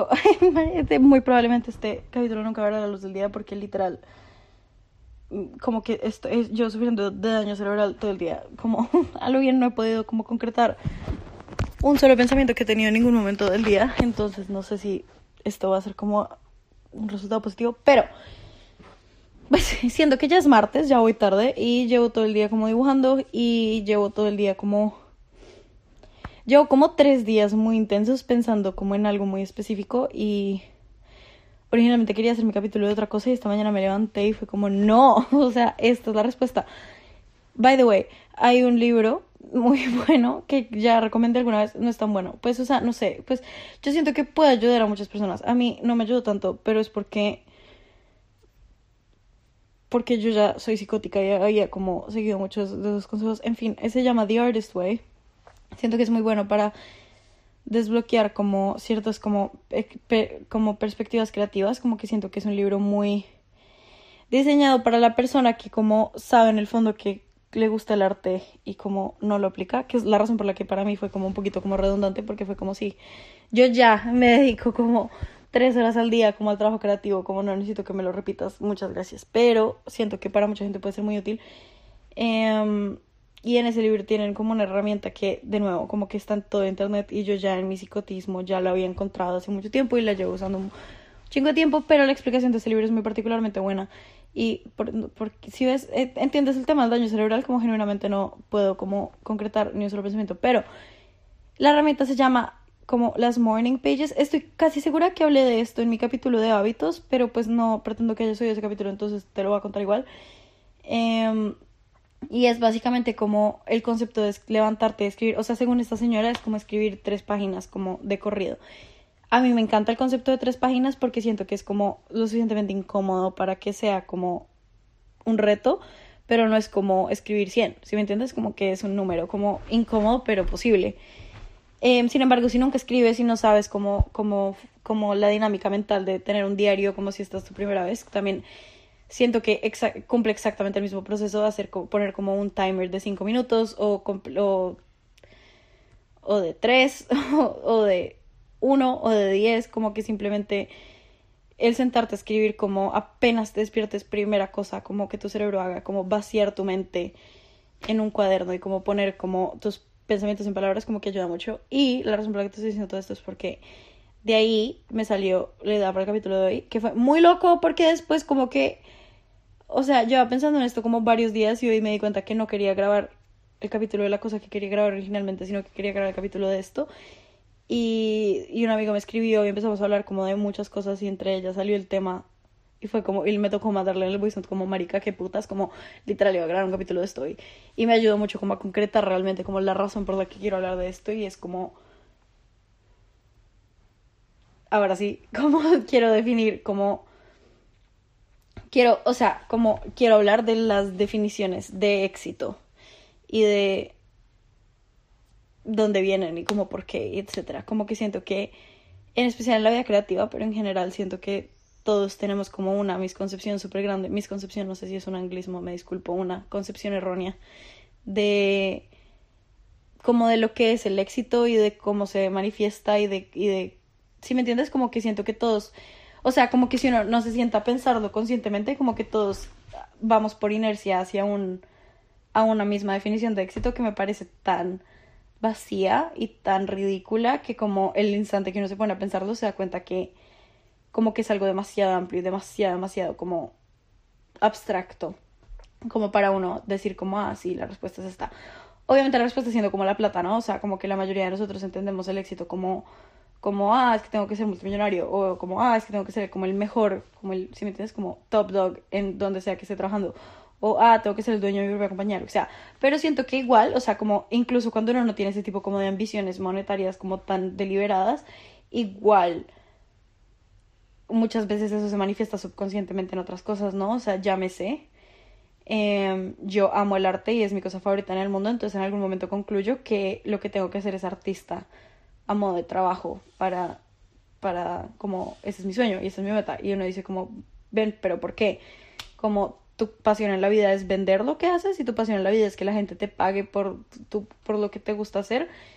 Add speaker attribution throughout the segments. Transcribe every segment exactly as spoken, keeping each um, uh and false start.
Speaker 1: tengo, muy probablemente este capítulo nunca verá la luz del día porque literal, como que esto es yo sufriendo de daño cerebral todo el día, como a lo bien no he podido como concretar un solo pensamiento que he tenido en ningún momento del día, entonces no sé si esto va a ser como un resultado positivo, pero pues siento que ya es martes, ya voy tarde y llevo todo el día como dibujando y llevo todo el día como llevo como tres días muy intensos pensando como en algo muy específico y originalmente quería hacer mi capítulo de otra cosa y esta mañana me levanté y fue como no, o sea, esta es la respuesta. By the way, hay un libro muy bueno que ya recomendé alguna vez, no es tan bueno, pues o sea, no sé, pues yo siento que puede ayudar a muchas personas, a mí no me ayudó tanto, pero es porque porque yo ya soy psicótica y había como seguido muchos de esos consejos, en fin, ese se llama The Artist Way, siento que es muy bueno para desbloquear como ciertas como, pe- como perspectivas creativas, como que siento que es un libro muy diseñado para la persona que como sabe en el fondo que le gusta el arte y como no lo aplica, que es la razón por la que para mí fue como un poquito como redundante, porque fue como si yo ya me dedico como tres horas al día como al trabajo creativo, como no necesito que me lo repitas, muchas gracias, pero siento que para mucha gente puede ser muy útil. Eh, y en ese libro tienen como una herramienta que, de nuevo, como que está en todo internet y yo ya en mi psicotismo ya la había encontrado hace mucho tiempo y la llevo usando un chingo de tiempo, pero la explicación de este libro es muy particularmente buena. Y por, por, si ves, eh, entiendes el tema del daño cerebral, como genuinamente no puedo como concretar ni un solo pensamiento, pero la herramienta se llama como las morning pages. Estoy casi segura que hablé de esto en mi capítulo de hábitos, pero pues no pretendo que haya subido ese capítulo, entonces te lo voy a contar igual. Eh, y es básicamente como el concepto de levantarte y escribir, o sea, según esta señora es como escribir tres páginas como de corrido. A mí me encanta el concepto de tres páginas porque siento que es como lo suficientemente incómodo para que sea como un reto, pero no es como escribir cien, ¿sí me entiendes? Como que es un número como incómodo pero posible. Eh, sin embargo, si nunca escribes y no sabes cómo, cómo, cómo la dinámica mental de tener un diario como si esta es tu primera vez, también siento que exa- cumple exactamente el mismo proceso de hacer poner como un timer de cinco minutos o, o, o de tres o, o de uno o de diez, como que simplemente el sentarte a escribir como apenas te despiertes, primera cosa como que tu cerebro haga, como vaciar tu mente en un cuaderno y como poner como tus pensamientos en palabras, como que ayuda mucho. Y la razón por la que te estoy diciendo todo esto es porque de ahí me salió la idea para el capítulo de hoy, que fue muy loco porque después como que, o sea, yo iba pensando en esto como varios días y hoy me di cuenta que no quería grabar el capítulo de la cosa que quería grabar originalmente, sino que quería grabar el capítulo de esto. Y, y un amigo me escribió y empezamos a hablar como de muchas cosas y entre ellas salió el tema y fue como, y me tocó mandarle en el voice note como marica, qué putas, como literal iba a grabar un capítulo de esto y, y me ayudó mucho como a concretar realmente como la razón por la que quiero hablar de esto y es como, ahora sí, como quiero definir como, quiero, o sea, como quiero hablar de las definiciones de éxito y de dónde vienen y como por qué, etcétera. Como que siento que, en especial en la vida creativa, pero en general siento que todos tenemos como una misconcepción súper grande. Misconcepción, no sé si es un anglismo, me disculpo, una concepción errónea de como de lo que es el éxito y de cómo se manifiesta y de, y de si me entiendes, como que siento que todos, o sea, como que si uno no se sienta a pensarlo conscientemente, como que todos vamos por inercia hacia un a una misma definición de éxito que me parece tan vacía y tan ridícula que como el instante que uno se pone a pensarlo se da cuenta que como que es algo demasiado amplio y demasiado, demasiado como abstracto como para uno decir como, ah, sí, la respuesta es esta. Obviamente la respuesta siendo como la plata, ¿no? O sea, como que la mayoría de nosotros entendemos el éxito como, como, ah, es que tengo que ser multimillonario, o como, ah, es que tengo que ser como el mejor, como el, si me entiendes, como top dog en donde sea que esté trabajando, o, ah, tengo que ser el dueño de mi propia compañía, o sea, pero siento que igual, o sea, como incluso cuando uno no tiene ese tipo como de ambiciones monetarias como tan deliberadas, igual muchas veces eso se manifiesta subconscientemente en otras cosas, ¿no? O sea, llámese eh, yo amo el arte y es mi cosa favorita en el mundo, entonces en algún momento concluyo que lo que tengo que hacer es artista a modo de trabajo para, para como, ese es mi sueño y esa es mi meta. Y uno dice como, ven, pero ¿por qué? Como tu pasión en la vida es vender lo que haces y tu pasión en la vida es que la gente te pague por, tu, por lo que te gusta hacer.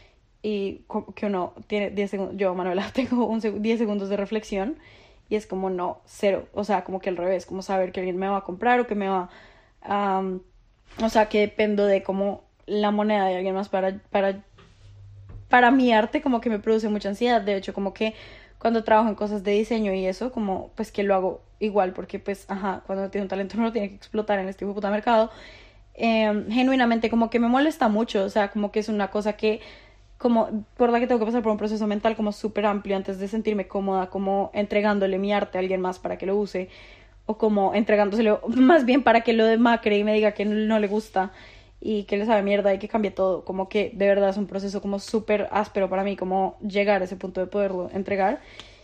Speaker 1: y co- que uno tiene diez segundos, yo Manuela tengo un seg- diez segundos de reflexión y es como no, cero, o sea, como que al revés, como saber que alguien me va a comprar o que me va a, um, o sea, que dependo de como la moneda de alguien más para, para, para mi arte, como que me produce mucha ansiedad, de hecho, como que cuando trabajo en cosas de diseño y eso, como pues que lo hago igual, porque pues, ajá, cuando tiene un talento uno lo tiene que explotar en este tipo de puta mercado, eh, genuinamente como que me molesta mucho, o sea, como que es una cosa que como por la que tengo que pasar por un proceso mental como súper amplio antes de sentirme cómoda, como entregándole mi arte a alguien más para que lo use, o como entregándoselo más bien para que lo demacre y me diga que no, no le gusta y que le sabe mierda y que cambie todo, como que de verdad es un proceso como súper áspero para mí, como llegar a ese punto de poderlo entregar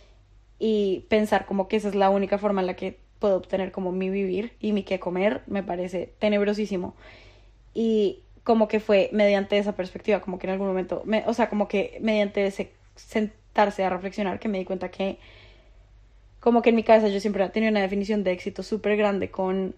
Speaker 1: y pensar como que esa es la única forma en la que puedo obtener como mi vivir y mi qué comer, me parece tenebrosísimo. Y como que fue mediante esa perspectiva, como que en algún momento, me, o sea, como que mediante ese sentarse a reflexionar que me di cuenta que como que en mi cabeza yo siempre tenía una definición de éxito súper grande con,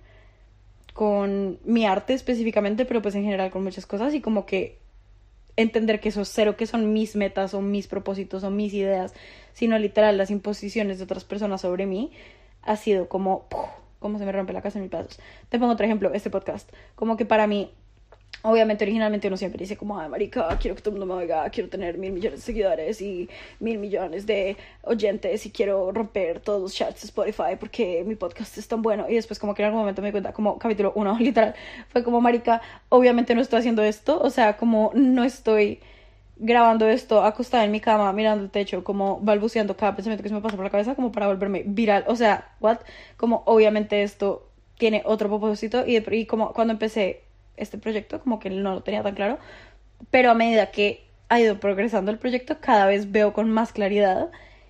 Speaker 1: con mi arte específicamente, pero pues en general con muchas cosas y como que entender que eso es cero, que son mis metas o mis propósitos o mis ideas, sino literal las imposiciones de otras personas sobre mí, ha sido como, ¡puf! Como se me rompe la casa en mil pedazos. Te pongo otro ejemplo, este podcast. Como que para mí obviamente, originalmente uno siempre dice como, ay, marica, quiero que todo el mundo me oiga, quiero tener mil millones de seguidores y mil millones de oyentes y quiero romper todos los charts de Spotify porque mi podcast es tan bueno. Y después como que en algún momento me di cuenta, como capítulo uno, literal, fue como, marica, obviamente no estoy haciendo esto, o sea, como no estoy grabando esto acostada en mi cama, mirando el techo, como balbuceando cada pensamiento que se me pasa por la cabeza, como para volverme viral. O sea, what? Como obviamente esto tiene otro propósito y, y como cuando empecé este proyecto, como que no lo tenía tan claro, pero a medida que ha ido progresando el proyecto, cada vez veo con más claridad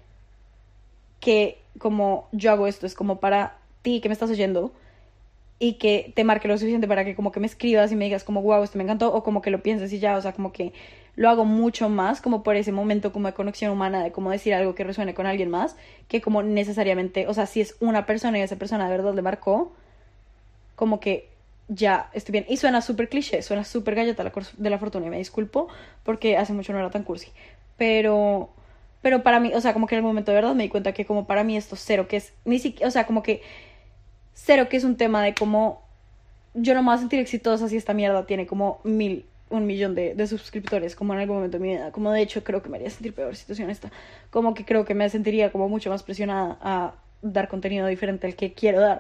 Speaker 1: que como yo hago esto es como para ti que me estás oyendo y que te marque lo suficiente para que como que me escribas y me digas como wow, esto me encantó o como que lo pienses y ya, o sea, como que lo hago mucho más como por ese momento como de conexión humana, de como decir algo que resuene con alguien más, que como necesariamente, o sea, si es una persona y esa persona de verdad le marcó, como que ya estoy bien. Y suena súper cliché, suena súper galleta de la fortuna y me disculpo porque hace mucho no era tan cursi. Pero, pero para mí, o sea, como que en el momento de verdad me di cuenta que como para mí esto cero, que es ni siquiera, o sea, como que cero que es un tema de como yo no me voy a sentir exitosa si esta mierda tiene como mil, un millón de, de suscriptores, como en algún momento de mi vida. Como de hecho creo que me haría sentir peor si te soy honesta. Como que creo que me sentiría como mucho más presionada a dar contenido diferente al que quiero dar.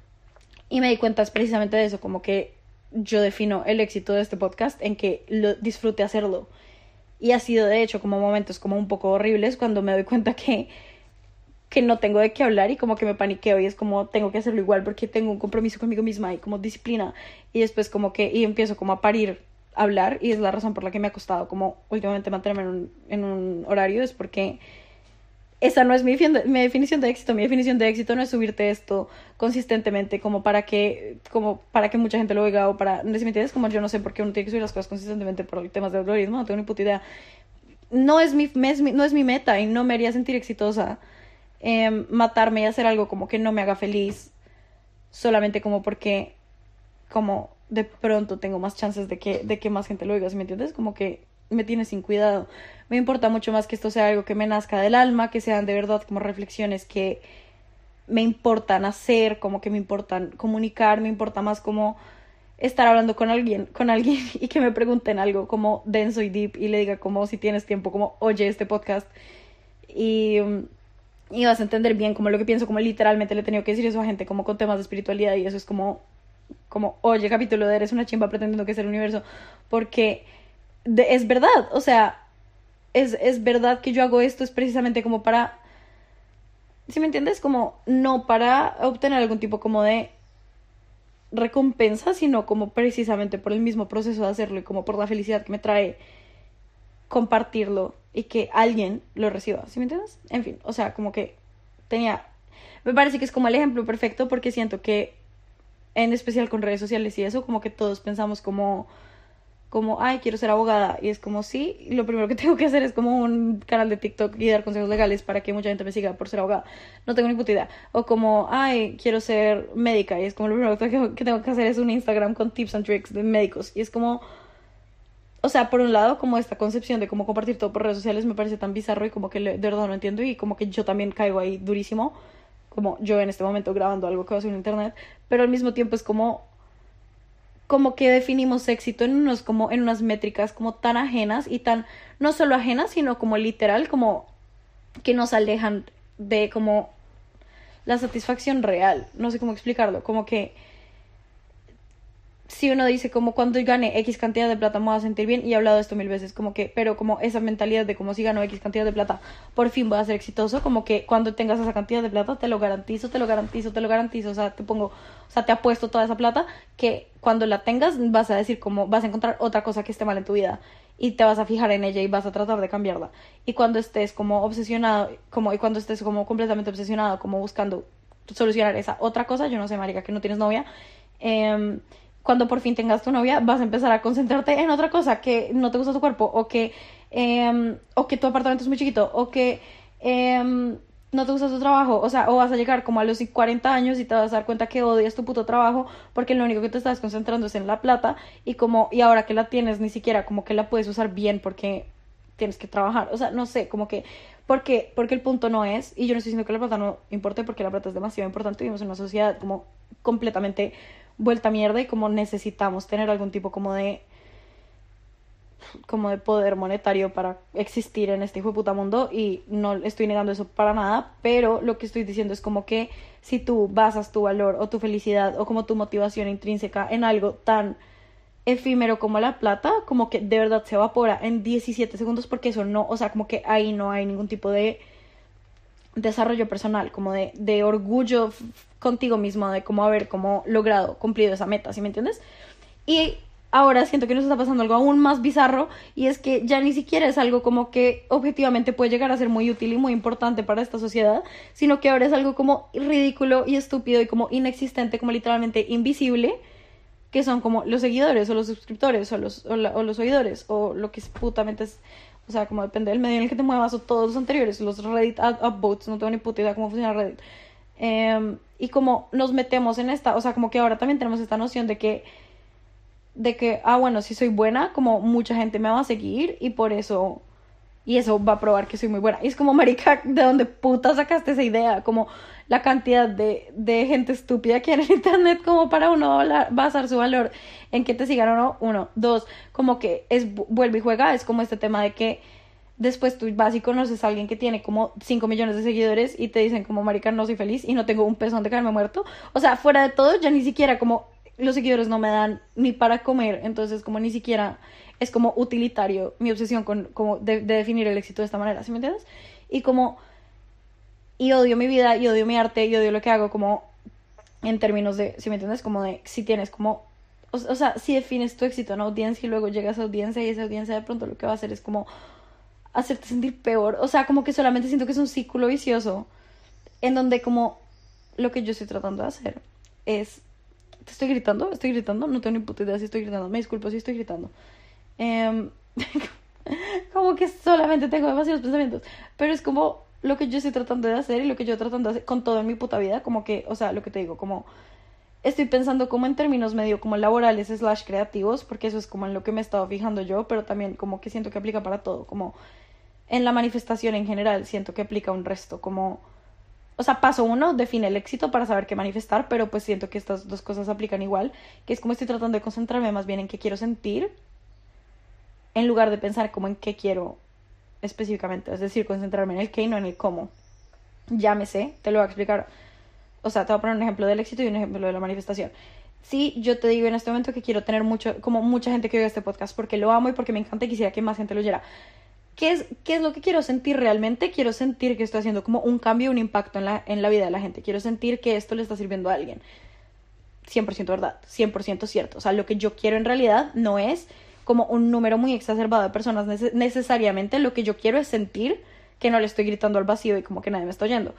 Speaker 1: Y me di cuenta es precisamente de eso, como que yo defino el éxito de este podcast en que lo disfrute hacerlo. Y ha sido de hecho como momentos como un poco horribles cuando me doy cuenta que, que no tengo de qué hablar y como que me paniqueo y es como tengo que hacerlo igual porque tengo un compromiso conmigo misma y como disciplina. Y después como que y empiezo como a parir hablar y es la razón por la que me ha costado como últimamente mantenerme en un, en un horario, es porque esa no es mi, mi definición de éxito. Mi definición de éxito no es subirte esto consistentemente como para que como para que mucha gente lo oiga o para, no sé si me entiendes, como yo no sé por qué uno tiene que subir las cosas consistentemente por temas de algoritmo, no tengo ni puta idea. No es mi, es mi no es mi meta y no me haría sentir exitosa eh, matarme y hacer algo como que no me haga feliz solamente como porque como de pronto tengo más chances de que, de que más gente lo oiga, ¿sí me entiendes? Como que me tiene sin cuidado. Me importa mucho más que esto sea algo que me nazca del alma, que sean de verdad como reflexiones que me importan hacer, como que me importan comunicar, me importa más como estar hablando con alguien, con alguien y que me pregunten algo como denso y deep y le diga como si tienes tiempo, como oye este podcast y, y vas a entender bien como lo que pienso, como literalmente le he tenido que decir eso a gente como con temas de espiritualidad y eso es como, como oye capítulo de eres una chimba pretendiendo que es el universo, porque de, es verdad, o sea, es, es verdad que yo hago esto es precisamente como para, ¿sí me entiendes? Como no para obtener algún tipo como de recompensa, sino como precisamente por el mismo proceso de hacerlo y como por la felicidad que me trae compartirlo y que alguien lo reciba, ¿sí me entiendes? En fin, o sea, como que tenía, me parece que es como el ejemplo perfecto porque siento que en especial con redes sociales y eso, como que todos pensamos como como, ay, quiero ser abogada. Y es como, sí, lo primero que tengo que hacer es como un canal de TikTok y dar consejos legales para que mucha gente me siga por ser abogada. No tengo ni puta idea. O como, ay, quiero ser médica. Y es como, lo primero que tengo que hacer es un Instagram con tips and tricks de médicos. Y es como, o sea, por un lado, como esta concepción de cómo compartir todo por redes sociales me parece tan bizarro y como que le- de verdad no entiendo y como que yo también caigo ahí durísimo, como yo en este momento grabando algo que va a subir en internet, pero al mismo tiempo es como, como que definimos éxito en unos, como en unas métricas como tan ajenas y tan, no solo ajenas, sino como literal, como que nos alejan de como la satisfacción real, no sé cómo explicarlo, como que si uno dice como cuando gane X cantidad de plata me voy a sentir bien, y he hablado de esto mil veces, como que, pero como esa mentalidad de como si gano X cantidad de plata, por fin voy a ser exitoso, como que cuando tengas esa cantidad de plata, te lo garantizo, te lo garantizo, te lo garantizo, o sea, te pongo, o sea, te apuesto toda esa plata, que cuando la tengas vas a decir como, vas a encontrar otra cosa que esté mal en tu vida, y te vas a fijar en ella y vas a tratar de cambiarla, y cuando estés como obsesionado, como, y cuando estés como completamente obsesionado, como buscando solucionar esa otra cosa, yo no sé, marica, que no tienes novia, eh, cuando por fin tengas tu novia, vas a empezar a concentrarte en otra cosa, que no te gusta tu cuerpo, o que, eh, o que tu apartamento es muy chiquito, o que eh, no te gusta tu trabajo, o sea, o vas a llegar como a los cuarenta años y te vas a dar cuenta que odias tu puto trabajo, porque lo único que te estás concentrando es en la plata, y como, y ahora que la tienes, ni siquiera como que la puedes usar bien porque tienes que trabajar, o sea, no sé, como que, porque, porque el punto no es, y yo no estoy diciendo que la plata no importe, porque la plata es demasiado importante, vivimos en una sociedad como completamente vuelta a mierda, y como necesitamos tener algún tipo como de como de poder monetario para existir en este hijo de puta mundo, y no estoy negando eso para nada, pero lo que estoy diciendo es como que si tú basas tu valor o tu felicidad o como tu motivación intrínseca en algo tan efímero como la plata, como que de verdad se evapora en diecisiete segundos, porque eso no, o sea, como que ahí no hay ningún tipo de desarrollo personal, como de, de orgullo contigo mismo, de cómo haber como logrado, cumplido esa meta, ¿sí me entiendes? Y ahora siento que nos está pasando algo aún más bizarro, y es que ya ni siquiera es algo como que objetivamente puede llegar a ser muy útil y muy importante para esta sociedad, sino que ahora es algo como ridículo y estúpido y como inexistente, como literalmente invisible, que son como los seguidores o los suscriptores o los, o, la, o los oidores o lo que es putamente es, o sea, como depende del medio en el que te muevas, o todos los anteriores, los Reddit upvotes, no tengo ni puta idea cómo funciona Reddit. Eh, y como nos metemos en esta, o sea, como que ahora también tenemos esta noción de que, de que, ah, bueno, si soy buena, como mucha gente me va a seguir y por eso, y eso va a probar que soy muy buena. Y es como, marica, ¿de dónde puta sacaste esa idea? Como la cantidad de, de gente estúpida que hay en internet como para uno hablar, basar su valor en que te sigan o no, uno. Dos, como que es vuelve y juega, es como este tema de que después tú vas y conoces a alguien que tiene como cinco millones de seguidores y te dicen como, marica, no soy feliz y no tengo un peso donde caerme muerto. O sea, fuera de todo, ya ni siquiera como los seguidores no me dan ni para comer, entonces como ni siquiera es como utilitario mi obsesión con como de, de definir el éxito de esta manera, ¿sí me entiendes? Y como, y odio mi vida, y odio mi arte, y odio lo que hago como en términos de, ¿sí me entiendes? Como de si tienes como, o, o sea, si defines tu éxito en audiencia y luego llegas a audiencia y esa audiencia de pronto lo que va a hacer es como hacerte sentir peor, o sea, como que solamente siento que es un círculo vicioso en donde como lo que yo estoy tratando de hacer es, ¿te estoy gritando? ¿Estoy gritando? No tengo ni puta idea si estoy gritando, me disculpo si estoy gritando. Eh, como que solamente tengo demasiados pensamientos, pero es como lo que yo estoy tratando de hacer y lo que yo tratando de hacer con todo en mi puta vida, como que, o sea, lo que te digo, como estoy pensando como en términos medio como laborales slash creativos, porque eso es como en lo que me he estado fijando yo, pero también como que siento que aplica para todo, como en la manifestación en general, siento que aplica un resto, como, o sea, paso uno, define el éxito para saber qué manifestar, pero pues siento que estas dos cosas aplican igual, que es como estoy tratando de concentrarme más bien en qué quiero sentir, en lugar de pensar como en qué quiero específicamente, es decir, concentrarme en el qué y no en el cómo. Llámese, te lo voy a explicar, o sea, te voy a poner un ejemplo del éxito y un ejemplo de la manifestación. Sí, yo te digo en este momento que quiero tener mucho, como mucha gente que oiga este podcast porque lo amo y porque me encanta y quisiera que más gente lo oyera. ¿Qué es, ¿Qué es lo que quiero sentir realmente? Quiero sentir que estoy haciendo como un cambio, un impacto en la, en la vida de la gente. Quiero sentir que esto le está sirviendo a alguien. cien por ciento verdad, cien por ciento cierto. O sea, lo que yo quiero en realidad no es como un número muy exacerbado de personas neces- necesariamente. Lo que yo quiero es sentir que no le estoy gritando al vacío y como que nadie me está oyendo.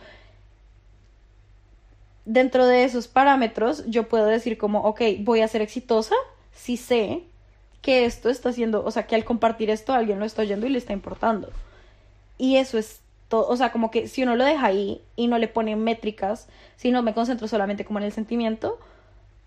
Speaker 1: Dentro de esos parámetros, yo puedo decir como, ok, voy a ser exitosa si sé que esto está haciendo, o sea, que al compartir esto alguien lo está oyendo y le está importando. Y eso es todo, o sea, como que si uno lo deja ahí y no le pone métricas, si no me concentro solamente como en el sentimiento,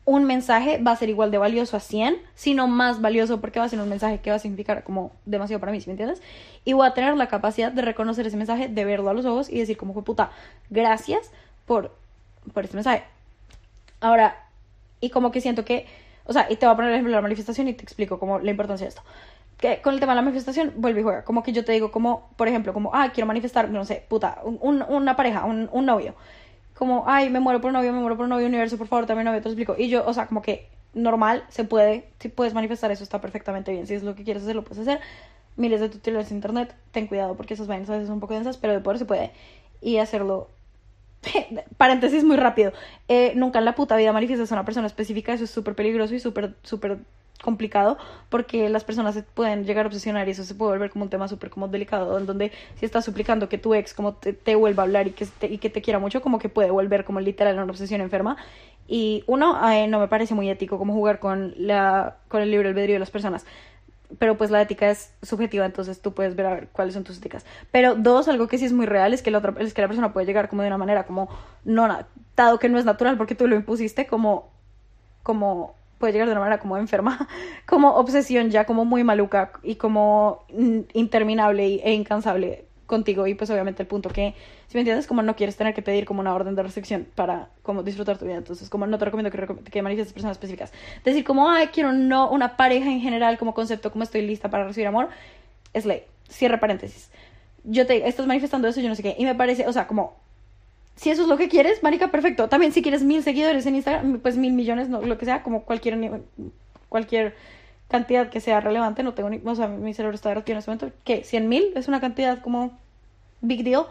Speaker 1: un mensaje va a ser igual de valioso a cien, sino más valioso porque va a ser un mensaje que va a significar como demasiado para mí, ¿sí me entiendes? Y voy a tener la capacidad de reconocer ese mensaje, de verlo a los ojos y decir como fue puta, gracias por, por este mensaje. Ahora, y como que siento que, o sea, y te voy a poner el ejemplo de la manifestación y te explico como la importancia de esto. Que con el tema de la manifestación, vuelve y juega. Como que yo te digo como, por ejemplo, como, ah, quiero manifestar, no sé, puta, un, un, una pareja, un, un novio. Como, ay, me muero por un novio, me muero por un novio, universo, por favor, también novio, te lo explico. Y yo, o sea, como que normal, se puede, si puedes manifestar eso, está perfectamente bien. Si es lo que quieres hacer, lo puedes hacer. Miles de tutoriales en internet, ten cuidado porque esas vainas a veces son un poco densas, pero de poder se puede. Y hacerlo, paréntesis muy rápido, eh, nunca en la puta vida manifiestas a una persona específica, eso es súper peligroso y súper, súper complicado porque las personas se pueden llegar a obsesionar y eso se puede volver como un tema súper como delicado en donde si estás suplicando que tu ex como te, te vuelva a hablar y que, te, y que te quiera mucho como que puede volver como literal una obsesión enferma y uno, eh, no me parece muy ético como jugar con, la, con el libre albedrío de las personas, pero pues la ética es subjetiva, entonces tú puedes ver a ver cuáles son tus éticas. Pero dos, algo que sí es muy real es que la otra, es que la persona puede llegar como de una manera como no, dado que no es natural porque tú lo impusiste, como como puede llegar de una manera como enferma, como obsesión ya como muy maluca y como interminable e incansable contigo y pues obviamente el punto que, si me entiendes, como no quieres tener que pedir como una orden de restricción para como disfrutar tu vida, entonces como no te recomiendo que, que manifiestes personas específicas, decir como, ay, quiero no una pareja en general como concepto, como estoy lista para recibir amor, es ley, cierre paréntesis, yo te, estás manifestando eso, yo no sé qué, y me parece, o sea, como si eso es lo que quieres, marica, perfecto. También si quieres mil seguidores en Instagram, pues mil millones, no, lo que sea, como cualquier cualquier cantidad que sea relevante, no tengo ni, o sea, mi cerebro está derretido en este momento, que cien mil es una cantidad como big deal,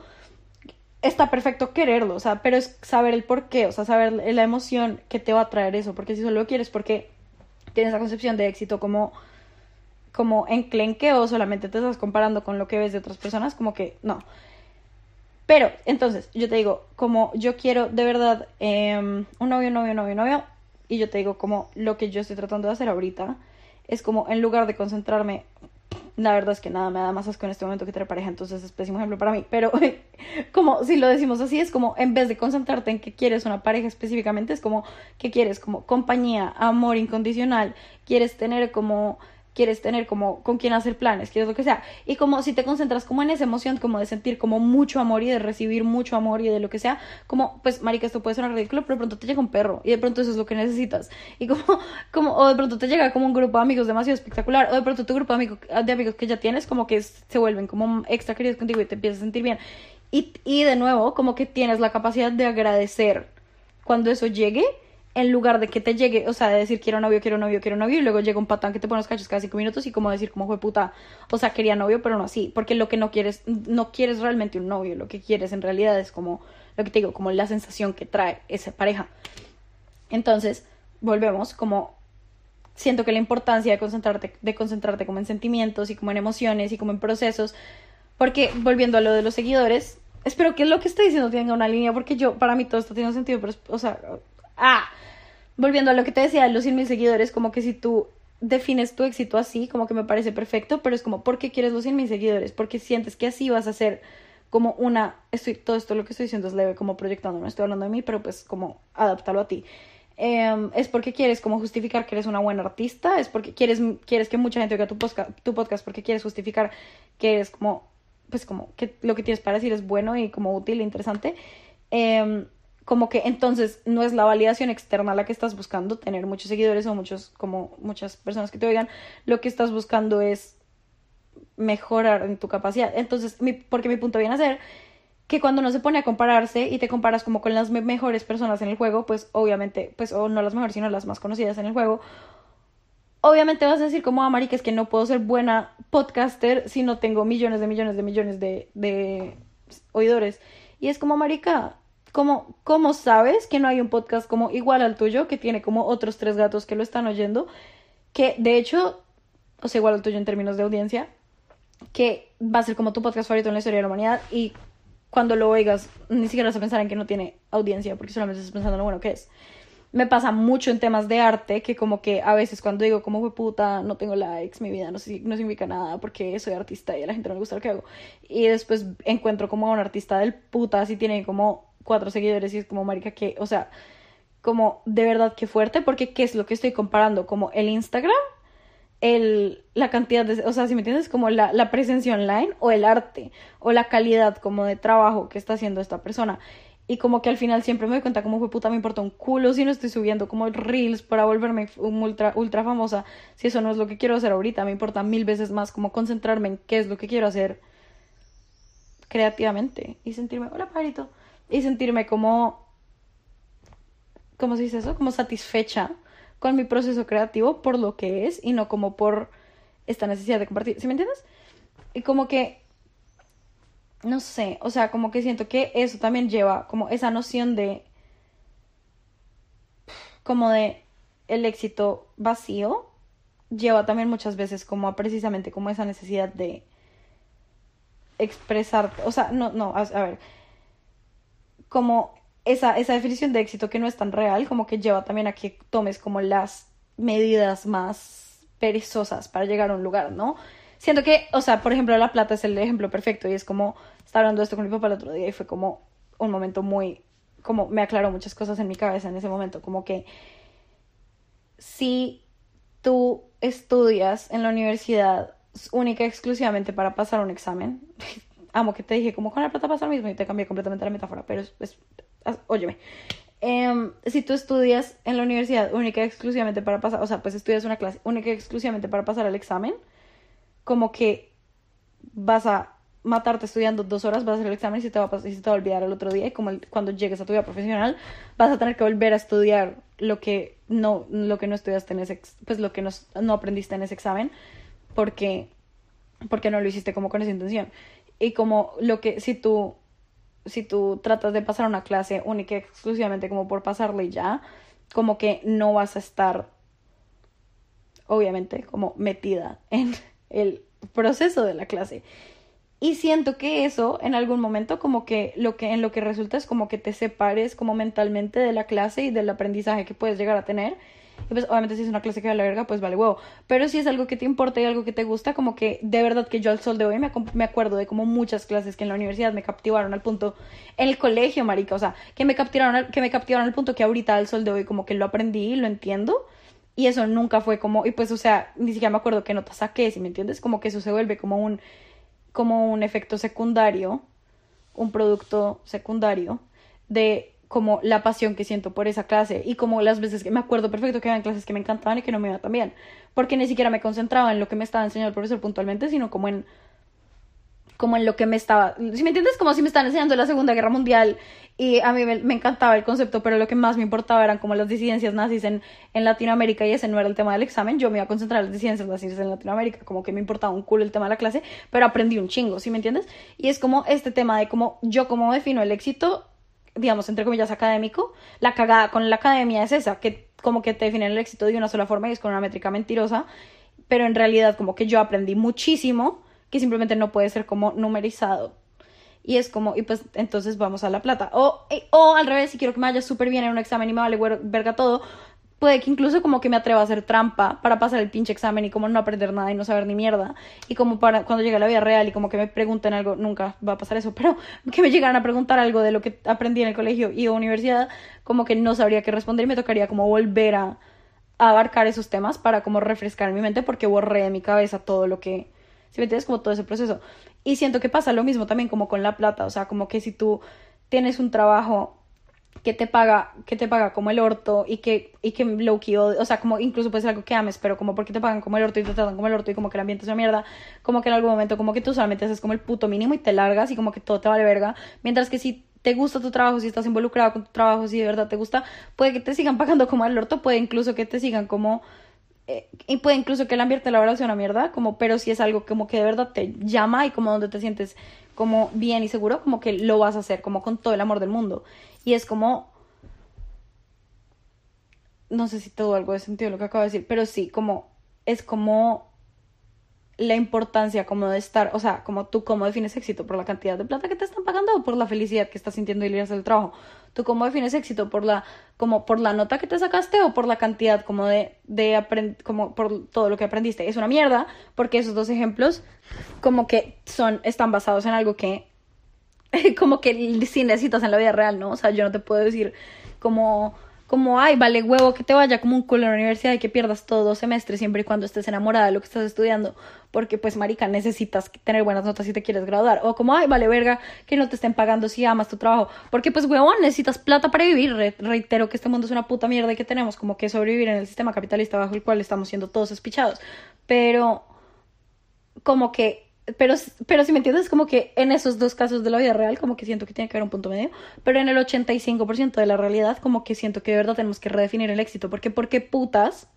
Speaker 1: está perfecto quererlo, o sea, pero es saber el por qué, o sea, saber la emoción que te va a traer eso, porque si solo lo quieres porque tienes la concepción de éxito como como enclenque o solamente te estás comparando con lo que ves de otras personas, como que no. Pero, entonces, yo te digo, como yo quiero de verdad eh, un novio, novio, novio, novio, y yo te digo, como lo que yo estoy tratando de hacer ahorita, es como en lugar de concentrarme, la verdad es que nada me da más asco en este momento que tener pareja, entonces es pésimo ejemplo para mí, pero como si lo decimos así, es como en vez de concentrarte en que quieres una pareja específicamente, es como que quieres como compañía, amor incondicional, quieres tener como quieres tener como con quién hacer planes, quieres lo que sea, y como si te concentras como en esa emoción como de sentir como mucho amor y de recibir mucho amor y de lo que sea, como pues marica, esto puede sonar ridículo, pero de pronto te llega un perro y de pronto eso es lo que necesitas, y como, como o de pronto te llega como un grupo de amigos demasiado espectacular, o de pronto tu grupo de amigos, de amigos que ya tienes como que se vuelven como extra queridos contigo y te empiezas a sentir bien, y, y de nuevo como que tienes la capacidad de agradecer cuando eso llegue, en lugar de que te llegue, o sea, de decir quiero novio, quiero novio, quiero novio, y luego llega un patán que te pone los cachos cada cinco minutos y como decir como fue puta, o sea, quería novio, pero no así, porque lo que no quieres, no quieres realmente un novio, lo que quieres en realidad es como, lo que te digo, como la sensación que trae esa pareja. Entonces, volvemos, como, siento que la importancia de concentrarte, de concentrarte como en sentimientos y como en emociones y como en procesos, porque volviendo a lo de los seguidores, espero que lo que estoy diciendo tenga una línea, porque yo, para mí todo esto tiene un sentido, pero, o sea, ah, volviendo a lo que te decía de los cien mil seguidores, como que si tú defines tu éxito así, como que me parece perfecto, pero es como, ¿por qué quieres los cien mil seguidores? Porque sientes que así vas a ser como una, estoy, todo esto lo que estoy diciendo es leve, como proyectando, no estoy hablando de mí, pero pues como adaptarlo a ti. Eh, es porque quieres como justificar que eres una buena artista, es porque quieres, quieres que mucha gente oiga tu podcast, tu podcast, porque quieres justificar que eres como, pues como que lo que tienes para decir es bueno y como útil e interesante. Eh, como que entonces no es la validación externa la que estás buscando, tener muchos seguidores o muchos, como muchas personas que te oigan, lo que estás buscando es mejorar en tu capacidad. Entonces, mi, porque mi punto viene a ser que cuando uno se pone a compararse y te comparas como con las me- mejores personas en el juego, pues obviamente, pues o no las mejores, sino las más conocidas en el juego, obviamente vas a decir como, ah, marica, es que no puedo ser buena podcaster si no tengo millones de millones de millones de, de oidores. Y es como, marica, ¿cómo, ¿cómo sabes que no hay un podcast como igual al tuyo, que tiene como otros tres gatos que lo están oyendo? Que de hecho, o sea, igual al tuyo en términos de audiencia, que va a ser como tu podcast favorito en la historia de la humanidad y cuando lo oigas ni siquiera vas a pensar en que no tiene audiencia porque solamente estás pensando en lo bueno que es. Me pasa mucho en temas de arte que como que a veces cuando digo como fue puta, no tengo likes, mi vida no, no significa nada porque soy artista y a la gente no le gusta lo que hago. Y después encuentro como a un artista del puta si tiene como cuatro seguidores y es como marica que, o sea, como de verdad que fuerte, porque ¿qué es lo que estoy comparando? Como el Instagram, el, la cantidad de, o sea, si me entiendes, como la, la presencia online o el arte o la calidad como de trabajo que está haciendo esta persona. Y como que al final siempre me doy cuenta como fue puta, me importa un culo si no estoy subiendo como reels para volverme un ultra, ultra famosa, si eso no es lo que quiero hacer ahorita, me importa mil veces más como concentrarme en qué es lo que quiero hacer creativamente y sentirme, hola pajarito, y sentirme como, ¿cómo se dice eso? Como satisfecha con mi proceso creativo por lo que es y no como por esta necesidad de compartir, ¿sí me entiendes? Y como que, no sé, o sea, como que siento que eso también lleva como esa noción de, como de el éxito vacío, lleva también muchas veces como a precisamente como esa necesidad de expresar, o sea, no, no, a, a ver, como esa, esa definición de éxito que no es tan real, como que lleva también a que tomes como las medidas más perezosas para llegar a un lugar, ¿no? Siento que, o sea, por ejemplo, La Plata es el ejemplo perfecto y es como, estaba hablando de esto con mi papá el otro día y fue como un momento muy, como me aclaró muchas cosas en mi cabeza en ese momento, como que si tú estudias en la universidad única y exclusivamente para pasar un examen, amo que te dije como con La Plata pasa lo mismo y te cambié completamente la metáfora, pero es, es, es óyeme, eh, si tú estudias en la universidad única y exclusivamente para pasar, o sea, pues estudias una clase única y exclusivamente para pasar el examen, como que vas a matarte estudiando dos horas, vas a hacer el examen y se te va a, y se te va a olvidar el otro día y como el, cuando llegues a tu vida profesional vas a tener que volver a estudiar lo que no, lo que no estudiaste en ese, pues lo que no, no aprendiste en ese examen porque, porque no lo hiciste como con esa intención. Y como lo que, si tú, si tú tratas de pasar una clase única y exclusivamente como por pasarla y ya, como que no vas a estar, obviamente, como metida en el proceso de la clase. Y siento que eso en algún momento como que lo que en lo que resulta es como que te separes como mentalmente de la clase y del aprendizaje que puedes llegar a tener. Y pues obviamente si es una clase que vale la verga, pues vale huevo. Pero si es algo que te importa y algo que te gusta, como que de verdad que yo al sol de hoy me, me acuerdo de como muchas clases que en la universidad me captivaron al punto, en el colegio, marica, o sea, que me capturaron al, que me capturaron al punto que ahorita al sol de hoy como que lo aprendí y lo entiendo. Y eso nunca fue como, y pues o sea, ni siquiera me acuerdo qué nota saqué, si me entiendes, como que eso se vuelve como un como un efecto secundario, un producto secundario de como la pasión que siento por esa clase y como las veces que me acuerdo perfecto que había clases que me encantaban y que no me iba tan bien, porque ni siquiera me concentraba en lo que me estaba enseñando el profesor puntualmente, sino como en como en lo que me estaba, si me entiendes, como si me estaban enseñando la Segunda Guerra Mundial y a mí me, me encantaba el concepto, pero lo que más me importaba eran como las disidencias nazis en, en Latinoamérica y ese no era el tema del examen, yo me iba a concentrar en las disidencias nazis en Latinoamérica, como que me importaba un culo el tema de la clase, pero aprendí un chingo, ¿sí me entiendes? Y es como este tema de como yo como defino el éxito, digamos, entre comillas, académico, la cagada con la academia es esa, que como que te definen el éxito de una sola forma y es con una métrica mentirosa, pero en realidad como que yo aprendí muchísimo que simplemente no puede ser como numerizado. Y es como, y pues entonces vamos a La Plata. O, o al revés, si quiero que me vaya súper bien en un examen y me vale verga todo, puede que incluso como que me atreva a hacer trampa para pasar el pinche examen y como no aprender nada y no saber ni mierda. Y como para cuando llegue a la vida real y como que me pregunten algo, nunca va a pasar eso, pero que me llegaran a preguntar algo de lo que aprendí en el colegio y universidad, como que no sabría qué responder y me tocaría como volver a, a abarcar esos temas para como refrescar mi mente porque borré de mi cabeza todo lo que... ¿Sí me entiendes? Como todo ese proceso. Y siento que pasa lo mismo también como con La Plata. O sea, como que si tú tienes un trabajo que te paga, que te paga como el orto y que, y que low key, o sea, como incluso puede ser algo que ames, pero como porque te pagan como el orto y te tratan como el orto y como que el ambiente es una mierda, como que en algún momento como que tú solamente haces como el puto mínimo y te largas y como que todo te vale verga. Mientras que si te gusta tu trabajo, si estás involucrado con tu trabajo, si de verdad te gusta, puede que te sigan pagando como el orto, puede incluso que te sigan como... Eh, y puede incluso que el ambiente laboral sea una mierda, como, pero si es algo como que de verdad te llama y como donde te sientes como bien y seguro, como que lo vas a hacer, como con todo el amor del mundo. Y es como, no sé si todo algo de sentido lo que acabo de decir, pero sí, como, es como la importancia como de estar, o sea, como tú cómo defines éxito, por la cantidad de plata que te están pagando o por la felicidad que estás sintiendo al ir a hacer el trabajo. Tú cómo defines éxito, por la como por la nota que te sacaste o por la cantidad como de de aprend como por todo lo que aprendiste. Es una mierda porque esos dos ejemplos como que son están basados en algo que como que sí necesitas en la vida real, ¿no? O sea, yo no te puedo decir como como, ay, vale huevo que te vaya como un culo a la universidad y que pierdas todos dos semestres siempre y cuando estés enamorada de lo que estás estudiando, porque pues marica, necesitas tener buenas notas si te quieres graduar, o como, ay, vale verga que no te estén pagando si amas tu trabajo, porque pues huevón, necesitas plata para vivir. Re- reitero que este mundo es una puta mierda y que tenemos como que sobrevivir en el sistema capitalista bajo el cual estamos siendo todos espichados, pero como que pero, pero si me entiendes, como que en esos dos casos de la vida real, como que siento que tiene que haber un punto medio, pero en el ochenta y cinco por ciento de la realidad, como que siento que de verdad tenemos que redefinir el éxito, porque ¿por qué putas,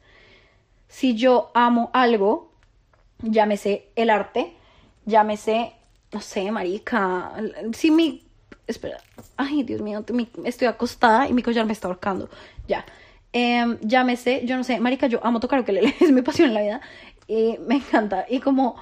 Speaker 1: si yo amo algo, llámese el arte, llámese, no sé, marica, si mi, espera, ay, Dios mío, mi, estoy acostada y mi collar me está ahorcando, ya, eh, llámese, yo no sé, marica, yo amo tocar ukelele, es mi pasión en la vida, y me encanta, y como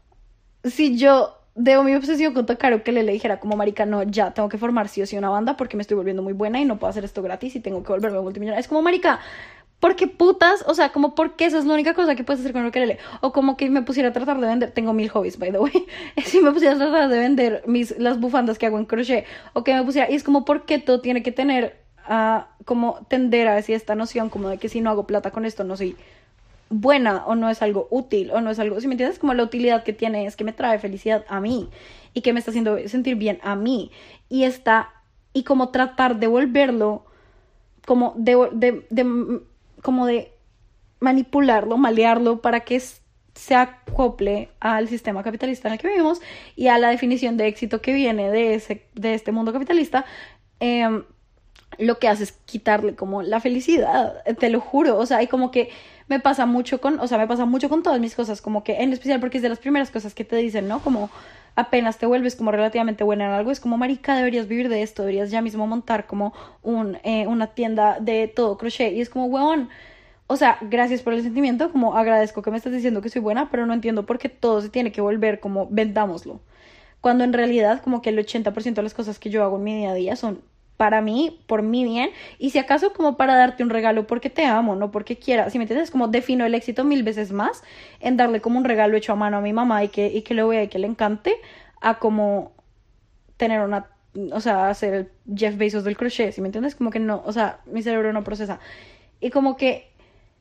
Speaker 1: si yo debo mi obsesión con tocar o que le dijera como marica, no, ya tengo que formar sí o sí una banda porque me estoy volviendo muy buena y no puedo hacer esto gratis y tengo que volverme multimillonaria. Es como marica, ¿por qué putas? O sea, como porque esa es la única cosa que puedes hacer con el ukelele. O como que me pusiera a tratar de vender, tengo mil hobbies, by the way. Si me pusiera a tratar de vender mis, las bufandas que hago en crochet, o que me pusiera, y es como porque todo tiene que tener, uh, como tender a decir esta noción como de que si no hago plata con esto no soy buena o no es algo útil o no es algo, si me entiendes, como la utilidad que tiene es que me trae felicidad a mí y que me está haciendo sentir bien a mí y está, y como tratar de volverlo como de, de, de como de manipularlo, malearlo para que se acople al sistema capitalista en el que vivimos y a la definición de éxito que viene de, ese, de este mundo capitalista. eh, lo que hace es quitarle como la felicidad, te lo juro, o sea, y como que me pasa mucho con, o sea, me pasa mucho con todas mis cosas, como que en especial porque es de las primeras cosas que te dicen, ¿no? Como apenas te vuelves como relativamente buena en algo, es como, marica, deberías vivir de esto, deberías ya mismo montar como un, eh, una tienda de todo crochet, y es como, huevón, o sea, gracias por el sentimiento, como agradezco que me estés diciendo que soy buena, pero no entiendo por qué todo se tiene que volver como vendámoslo, cuando en realidad como que el ochenta por ciento de las cosas que yo hago en mi día a día son para mí, por mi bien, y si acaso como para darte un regalo porque te amo, no porque quiera, si me entiendes, como defino el éxito mil veces más en darle como un regalo hecho a mano a mi mamá y que, y que lo vea y que le encante, a como tener una, o sea, hacer el Jeff Bezos del crochet, si me entiendes, como que no, o sea, mi cerebro no procesa, y como que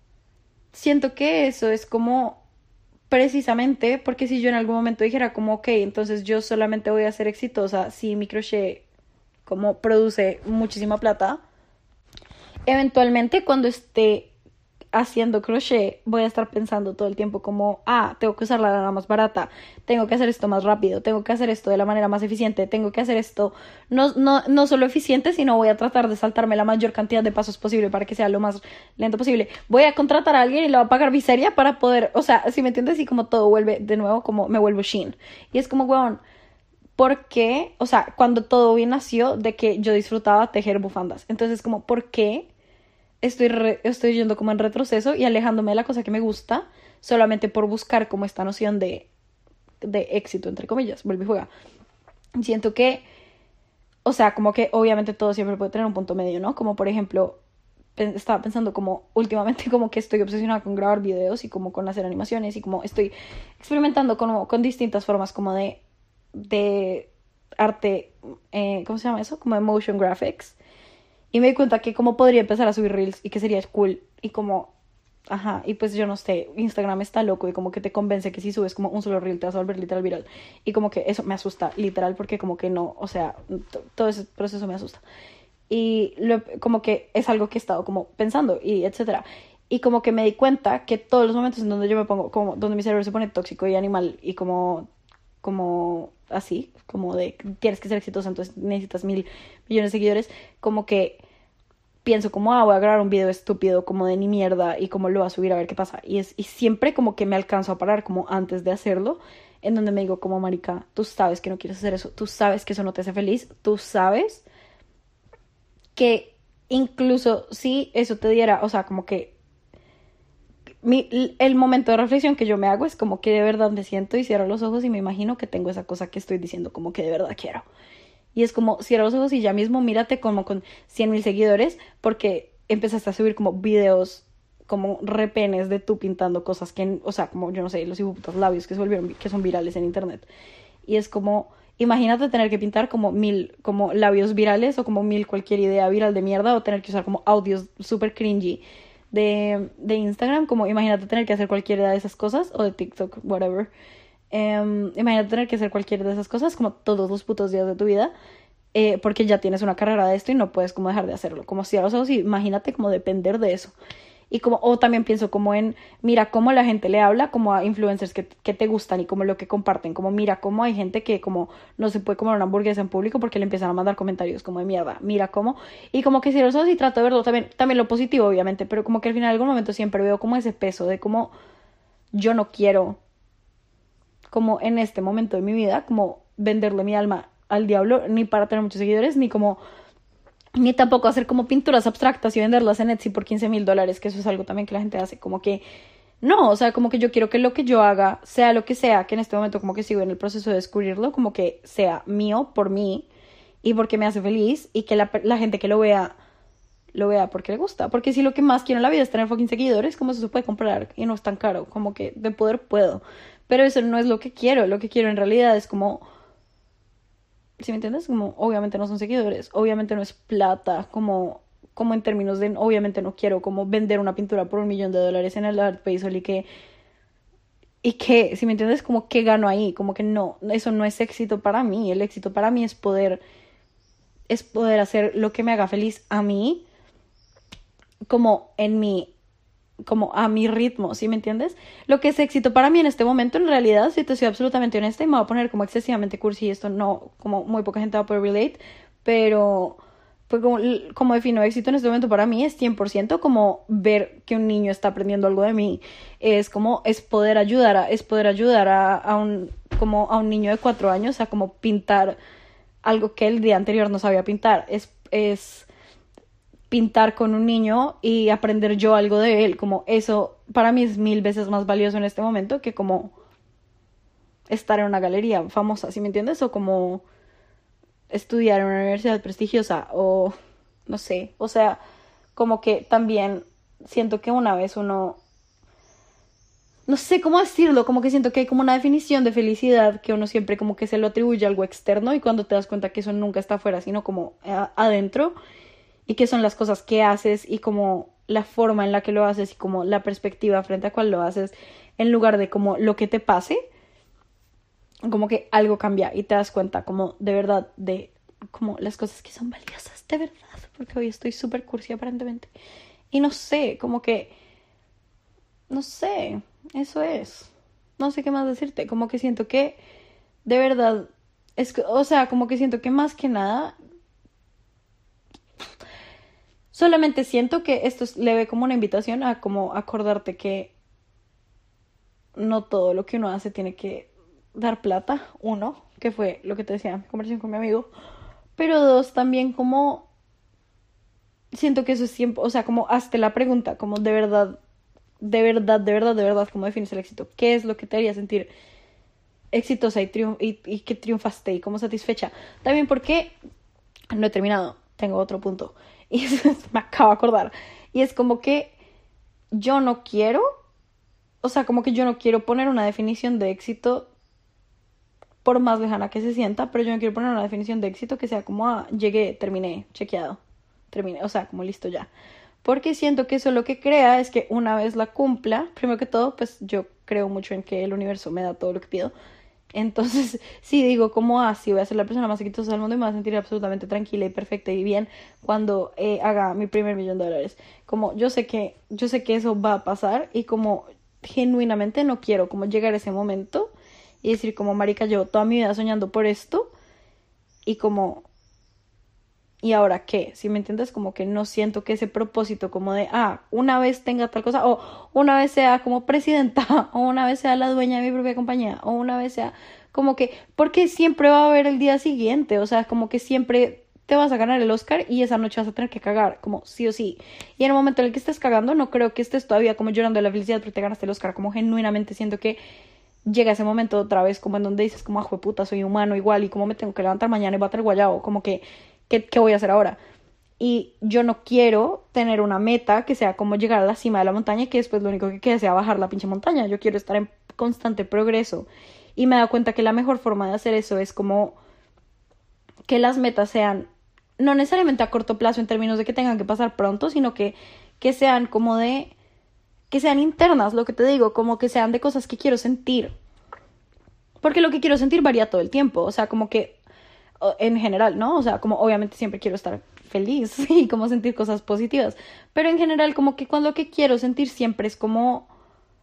Speaker 1: siento que eso es como precisamente porque si yo en algún momento dijera como, ok, entonces yo solamente voy a ser exitosa si mi crochet como produce muchísima plata, eventualmente cuando esté haciendo crochet voy a estar pensando todo el tiempo como, ah, tengo que usar la lana más barata, tengo que hacer esto más rápido, tengo que hacer esto de la manera más eficiente, tengo que hacer esto no, no, no solo eficiente, sino voy a tratar de saltarme la mayor cantidad de pasos posible para que sea lo más lento posible. Voy a contratar a alguien y le voy a pagar miseria para poder, o sea, si me entiendes, y como todo vuelve de nuevo, como me vuelvo Shein. Y es como, weón, ¿por qué? O sea, cuando todo bien nació de que yo disfrutaba tejer bufandas. Entonces, como, ¿por qué estoy, re, estoy yendo como en retroceso y alejándome de la cosa que me gusta solamente por buscar como esta noción de, de éxito, entre comillas? Vuelve y juega. Siento que, o sea, como que obviamente todo siempre puede tener un punto medio, ¿no? Como, por ejemplo, estaba pensando como últimamente como que estoy obsesionada con grabar videos y como con hacer animaciones y como estoy experimentando como, con distintas formas como de de arte, eh, ¿cómo se llama eso? Como de motion graphics. Y me di cuenta que como podría empezar a subir reels y que sería cool. Y como, ajá, y pues yo no sé, Instagram está loco y como que te convence que si subes como un solo reel te vas a volver literal viral. Y como que eso me asusta, literal, porque como que no, o sea, t- todo ese proceso me asusta. Y lo, como que es algo que he estado como pensando y etcétera. Y como que me di cuenta que todos los momentos en donde yo me pongo, como donde mi cerebro se pone tóxico y animal y como como así, como de tienes que ser exitosa, entonces necesitas mil millones de seguidores, como que pienso como, ah, voy a grabar un video estúpido como de ni mierda y como lo voy a subir a ver qué pasa. Y es y siempre como que me alcanzo a parar como antes de hacerlo, en donde me digo como, marica, tú sabes que no quieres hacer eso, tú sabes que eso no te hace feliz, tú sabes que incluso si eso te diera, o sea, como que Mi, el momento de reflexión que yo me hago es como que de verdad me siento y cierro los ojos y me imagino que tengo esa cosa que estoy diciendo como que de verdad quiero. Y es como cierra los ojos y ya mismo mírate como con cien mil seguidores porque empezaste a subir como videos como repenes de tú pintando cosas que, o sea, como yo no sé, los hijuputas labios que se volvieron, que son virales en internet. Y es como, imagínate tener que pintar como mil, como labios virales o como mil cualquier idea viral de mierda o tener que usar como audios súper cringy de, de Instagram, como imagínate tener que hacer cualquiera de esas cosas o de TikTok, whatever. Um, imagínate tener que hacer cualquiera de esas cosas como todos los putos días de tu vida. Eh, porque ya tienes una carrera de esto y no puedes como dejar de hacerlo, como si a los ojos, imagínate como depender de eso. Y como, o también pienso como en, mira cómo la gente le habla como a influencers que, que te gustan y como lo que comparten, como mira cómo hay gente que como no se puede comer una hamburguesa en público porque le empiezan a mandar comentarios como de mierda, mira cómo, y como que si los ojos y trato de verlo también, también lo positivo obviamente, pero como que al final en algún momento siempre veo como ese peso de como yo no quiero, como en este momento de mi vida, como venderle mi alma al diablo, ni para tener muchos seguidores, ni como ni tampoco hacer como pinturas abstractas y venderlas en Etsy por quince mil dólares, que eso es algo también que la gente hace, como que no, o sea, como que yo quiero que lo que yo haga, sea lo que sea, que en este momento como que sigo en el proceso de descubrirlo, como que sea mío, por mí, y porque me hace feliz, y que la, la gente que lo vea, lo vea porque le gusta, porque si lo que más quiero en la vida es tener fucking seguidores, como eso se puede comprar y no es tan caro, como que de poder puedo, pero eso no es lo que quiero, lo que quiero en realidad es como ¿sí me entiendes? Como, obviamente no son seguidores, obviamente no es plata, como, como en términos de, obviamente no quiero como vender una pintura por un millón de dólares en el Art Basel y que, y que, ¿sí me entiendes? Como que gano ahí, como que no, eso no es éxito para mí, el éxito para mí es poder, es poder hacer lo que me haga feliz a mí, como en mi, como a mi ritmo, ¿sí me entiendes? Lo que es éxito para mí en este momento, en realidad, si te soy absolutamente honesta, y me voy a poner como excesivamente cursi, y esto no, como muy poca gente va a poder relate, pero pues como, como defino éxito en este momento para mí es cien por ciento como ver que un niño está aprendiendo algo de mí, es como, es poder ayudar a, es poder ayudar a, a un, como a un niño de cuatro años a como pintar algo que el día anterior no sabía pintar, es, es pintar con un niño y aprender yo algo de él, como eso para mí es mil veces más valioso en este momento que como estar en una galería famosa, ¿sí me entiendes? O como estudiar en una universidad prestigiosa o no sé, o sea, como que también siento que una vez uno no sé cómo decirlo, como que siento que hay como una definición de felicidad que uno siempre como que se lo atribuye a algo externo y cuando te das cuenta que eso nunca está afuera, sino como a- adentro y qué son las cosas que haces y como la forma en la que lo haces y como la perspectiva frente a cuál lo haces en lugar de como lo que te pase, como que algo cambia y te das cuenta como de verdad de como las cosas que son valiosas, de verdad, porque hoy estoy súper cursi aparentemente. Y no sé, como que, no sé, eso es. No sé qué más decirte, como que siento que de verdad, es que, o sea, como que siento que más que nada solamente siento que esto es leve como una invitación a como acordarte que no todo lo que uno hace tiene que dar plata, uno, que fue lo que te decía, conversación con mi amigo, pero dos, también como siento que eso es siempre, o sea, como hazte la pregunta, como de verdad, de verdad, de verdad, de verdad, cómo defines el éxito, qué es lo que te haría sentir exitosa y, triunf y, y que triunfaste y como satisfecha, también porque no he terminado, tengo otro punto y me acabo de acordar y es como que yo no quiero, o sea, como que yo no quiero poner una definición de éxito por más lejana que se sienta, pero yo no quiero poner una definición de éxito que sea como, ah, llegué, terminé, chequeado, terminé, o sea, como listo ya. Porque siento que eso lo que crea es que una vez la cumpla, primero que todo, pues yo creo mucho en que el universo me da todo lo que pido. Entonces, sí digo, como así voy a ser la persona más exitosa del mundo y me voy a sentir absolutamente tranquila y perfecta y bien cuando eh, haga mi primer millón de dólares. Como yo sé que, yo sé que eso va a pasar y como genuinamente no quiero como llegar a ese momento y decir como marica, llevo toda mi vida soñando por esto y como ¿y ahora qué? ¿Sí me entiendes? Como que no siento que ese propósito como de, ah, una vez tenga tal cosa, o una vez sea como presidenta, o una vez sea la dueña de mi propia compañía, o una vez sea como que, porque siempre va a haber el día siguiente, o sea, como que siempre te vas a ganar el Oscar y esa noche vas a tener que cagar, como sí o sí. Y en el momento en el que estés cagando, no creo que estés todavía como llorando de la felicidad porque te ganaste el Oscar, como genuinamente siento que llega ese momento otra vez como en donde dices como, ah, puta, soy humano igual y como me tengo que levantar mañana y bater guayabo, como que ¿Qué, ¿qué voy a hacer ahora? Y yo no quiero tener una meta que sea como llegar a la cima de la montaña y que después lo único que quede sea bajar la pinche montaña. Yo quiero estar en constante progreso. Y me he dado cuenta que la mejor forma de hacer eso es como que las metas sean no necesariamente a corto plazo en términos de que tengan que pasar pronto, sino que, que sean como de, que sean internas, lo que te digo, como que sean de cosas que quiero sentir. Porque lo que quiero sentir varía todo el tiempo, o sea, como que en general, ¿no? O sea, como obviamente siempre quiero estar feliz y como sentir cosas positivas, pero en general como que cuando lo que quiero sentir siempre es como,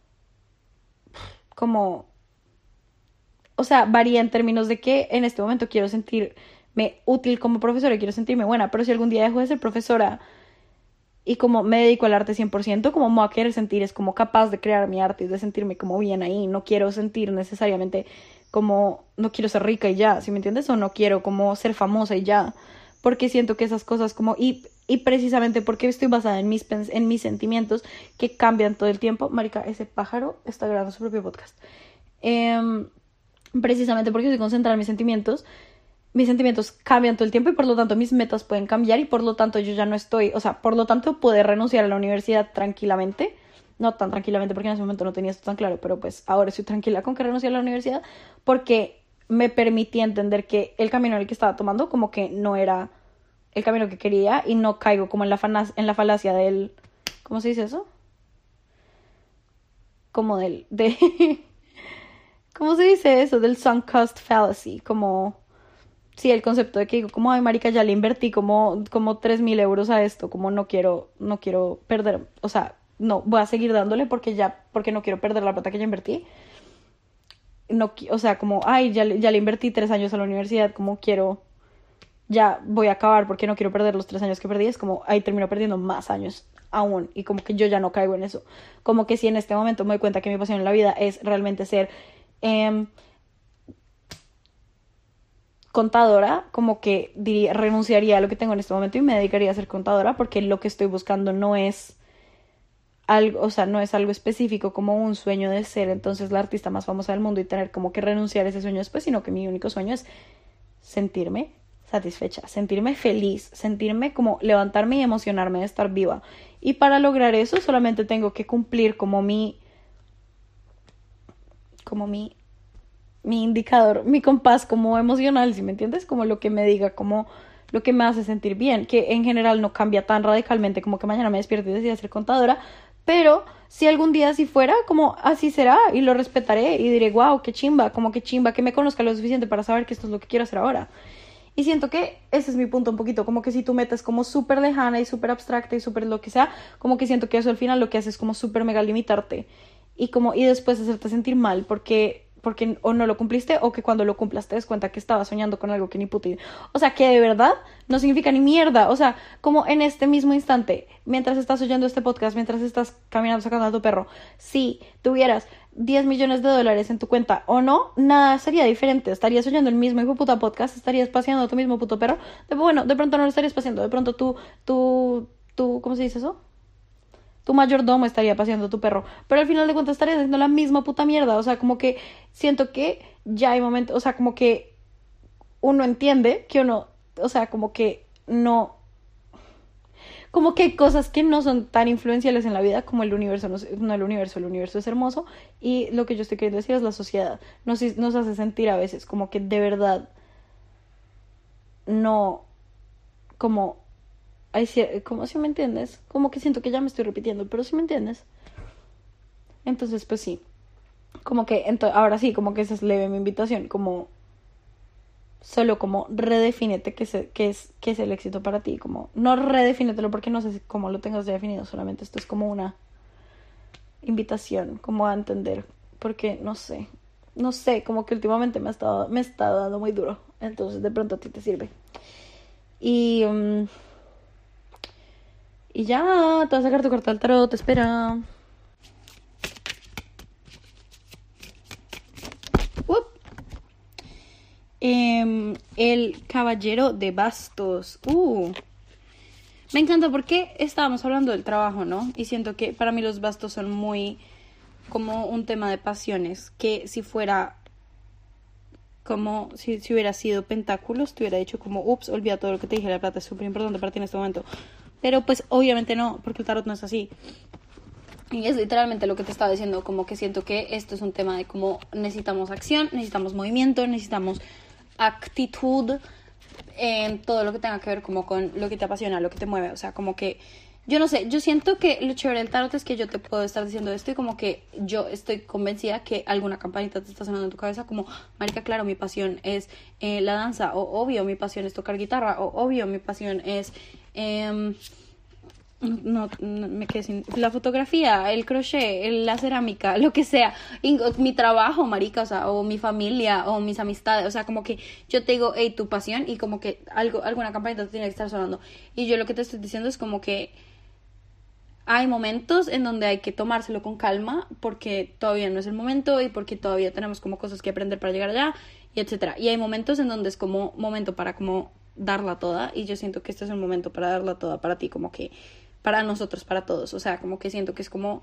Speaker 1: como, o sea, varía en términos de que en este momento quiero sentirme útil como profesora y quiero sentirme buena, pero si algún día dejo de ser profesora y como me dedico al arte cien por ciento, como me voy a querer sentir es como capaz de crear mi arte y de sentirme como bien ahí, no quiero sentir necesariamente como, no quiero ser rica y ya, ¿sí me entiendes? O no quiero como ser famosa y ya, porque siento que esas cosas como, y, y precisamente porque estoy basada en mis, en mis sentimientos que cambian todo el tiempo. Marica, ese pájaro está grabando su propio podcast. Eh, precisamente porque estoy concentrada en mis sentimientos, mis sentimientos cambian todo el tiempo y por lo tanto mis metas pueden cambiar y por lo tanto yo ya no estoy, o sea, por lo tanto puedo renunciar a la universidad tranquilamente, no tan tranquilamente porque en ese momento no tenía esto tan claro, pero pues ahora estoy tranquila con que renuncié a la universidad porque me permití entender que el camino en el que estaba tomando como que no era el camino que quería y no caigo como en la, fanas, en la falacia del, ¿cómo se dice eso? Como del, de, ¿cómo se dice eso? Del sunk cost fallacy, como... Sí, el concepto de que digo, como, ay, marica, ya le invertí como, como tres mil euros a esto, como no quiero, no quiero perder, o sea, no, voy a seguir dándole porque ya, porque no quiero perder la plata que ya invertí. No, o sea, como, ay, ya, ya le invertí tres años a la universidad, como quiero, ya voy a acabar porque no quiero perder los tres años que perdí, es como, ahí termino perdiendo más años aún, y como que yo ya no caigo en eso. Como que si en este momento me doy cuenta que mi pasión en la vida es realmente ser... Eh, contadora, como que diría, renunciaría a lo que tengo en este momento y me dedicaría a ser contadora porque lo que estoy buscando no es algo, o sea, no es algo específico como un sueño de ser entonces la artista más famosa del mundo y tener como que renunciar a ese sueño después, sino que mi único sueño es sentirme satisfecha, sentirme feliz, sentirme como levantarme y emocionarme de estar viva. Y para lograr eso solamente tengo que cumplir como mi como mi mi indicador, mi compás como emocional, ¿sí me entiendes? Como lo que me diga, como lo que me hace sentir bien, que en general no cambia tan radicalmente como que mañana me despierte y decida ser contadora, pero si algún día así fuera, como así será y lo respetaré y diré, wow, qué chimba, como que chimba, que me conozca lo suficiente para saber que esto es lo que quiero hacer ahora. Y siento que ese es mi punto un poquito, como que si tú metes como súper lejana y súper abstracta y súper lo que sea, como que siento que eso al final lo que hace es como súper mega limitarte y como y después hacerte sentir mal porque porque o no lo cumpliste o que cuando lo cumplas te des cuenta que estabas soñando con algo que ni puta idea. O sea, que de verdad no significa ni mierda. O sea, como en este mismo instante, mientras estás oyendo este podcast, mientras estás caminando sacando a tu perro, si tuvieras diez millones de dólares en tu cuenta o no, nada sería diferente. Estarías oyendo el mismo hijo puta podcast, estarías paseando a tu mismo puto perro. De, bueno, de pronto no lo estarías paseando, de pronto tú, tú, tú, ¿cómo se dice eso? Tu mayordomo estaría paseando a tu perro, pero al final de cuentas estarías haciendo la misma puta mierda, o sea, como que siento que ya hay momentos, o sea, como que uno entiende que uno, o sea, como que no, como que hay cosas que no son tan influenciales en la vida como el universo, no, no el universo, el universo es hermoso y lo que yo estoy queriendo decir es la sociedad, nos, nos hace sentir a veces como que de verdad no, como... Ay, ¿cómo si me entiendes? Como que siento que ya me estoy repitiendo, pero sí me entiendes. Entonces, pues sí. Como que, ento- ahora sí, como que esa es leve mi invitación. Como, solo como redefínete qué es, qué es, qué es el éxito para ti. Como, no redefínetelo porque no sé si- cómo lo tengas ya definido. Solamente esto es como una invitación, como a entender. Porque, no sé. No sé, como que últimamente me ha estado, me está dando muy duro. Entonces, de pronto a ti te sirve. Y... Um, Y ya, te vas a sacar tu carta del tarot, te espera. Up. Eh, el caballero de bastos. Uh. Me encanta porque estábamos hablando del trabajo, ¿no? Y siento que para mí los bastos son muy como un tema de pasiones. Que si fuera como si, si hubiera sido pentáculos, te hubiera dicho como, ups, olvida todo lo que te dije, la plata es súper importante para ti en este momento. Pero pues obviamente no, porque el tarot no es así. Y es literalmente lo que te estaba diciendo, como que siento que esto es un tema de cómo necesitamos acción, necesitamos movimiento, necesitamos actitud en todo lo que tenga que ver como con lo que te apasiona, lo que te mueve, o sea, como que yo no sé, yo siento que lo chévere del tarot es que yo te puedo estar diciendo esto y como que yo estoy convencida que alguna campanita te está sonando en tu cabeza como, marica, claro, mi pasión es eh, la danza, o obvio, mi pasión es tocar guitarra, o obvio, mi pasión es... Eh, no, no, me quedé sin... La fotografía, el crochet, el- la cerámica, lo que sea. Y, o, mi trabajo, marica, o sea, o mi familia, o mis amistades. O sea, como que yo te digo, hey, tu pasión, y como que algo, alguna campanita te tiene que estar sonando. Y yo lo que te estoy diciendo es como que hay momentos en donde hay que tomárselo con calma porque todavía no es el momento y porque todavía tenemos como cosas que aprender para llegar allá, y etcétera. Y hay momentos en donde es como momento para como darla toda, y yo siento que este es un momento para darla toda para ti, como que para nosotros, para todos. O sea, como que siento que es como,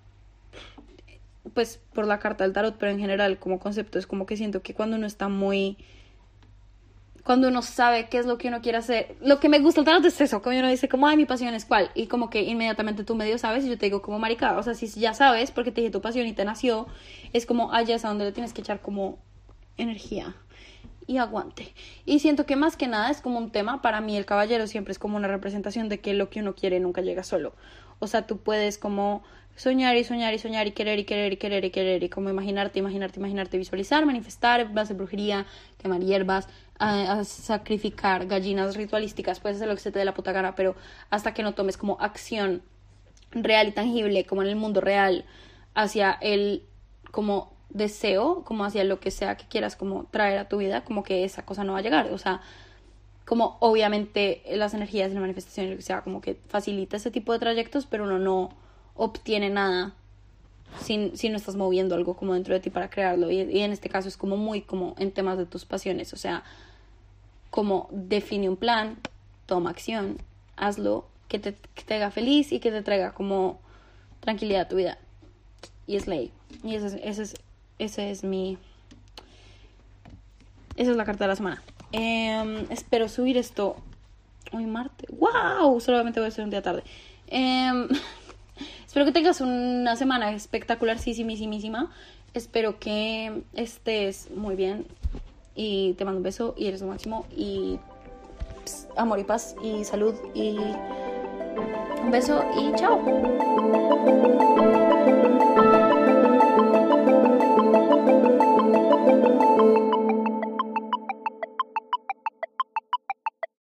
Speaker 1: pues por la carta del tarot, pero en general como concepto es como que siento que cuando uno está muy... Cuando uno sabe qué es lo que uno quiere hacer. Lo que me gusta el tarot es eso, cuando uno dice como, ay, mi pasión es cuál, y como que inmediatamente tú medio sabes, y yo te digo como, marica, o sea, si ya sabes, porque te dije tu pasión y te nació, es como, allá es a donde le tienes que echar como energía y aguante. Y siento que más que nada es como un tema, para mí el caballero siempre es como una representación de que lo que uno quiere nunca llega solo. O sea, tú puedes como soñar y soñar y soñar y querer y querer y querer y querer y como imaginarte, imaginarte, imaginarte, visualizar, manifestar, hacer brujería, quemar hierbas, a, a sacrificar gallinas ritualísticas, puedes hacer lo que se te dé la puta gana, pero hasta que no tomes como acción real y tangible, como en el mundo real, hacia el como deseo, como hacia lo que sea que quieras como traer a tu vida, como que esa cosa no va a llegar. O sea, como obviamente las energías y la manifestación, lo que sea, como que facilita ese tipo de trayectos, pero uno no obtiene nada si, si no estás moviendo algo como dentro de ti para crearlo. Y, y en este caso es como muy como en temas de tus pasiones. O sea, como define un plan, toma acción, hazlo, que te, que te haga feliz y que te traiga como tranquilidad a tu vida. Y es ley. Y ese es, ese es, ese es mi... Esa es la carta de la semana. Eh, espero subir esto hoy martes. ¡Wow! Solamente voy a hacer un día tarde. Eh, espero que tengas una semana espectacular, sí, sí, sí, sí, espero que estés muy bien. Y te mando un beso y eres lo máximo. Y pss, amor y paz y salud. Y un beso y chao.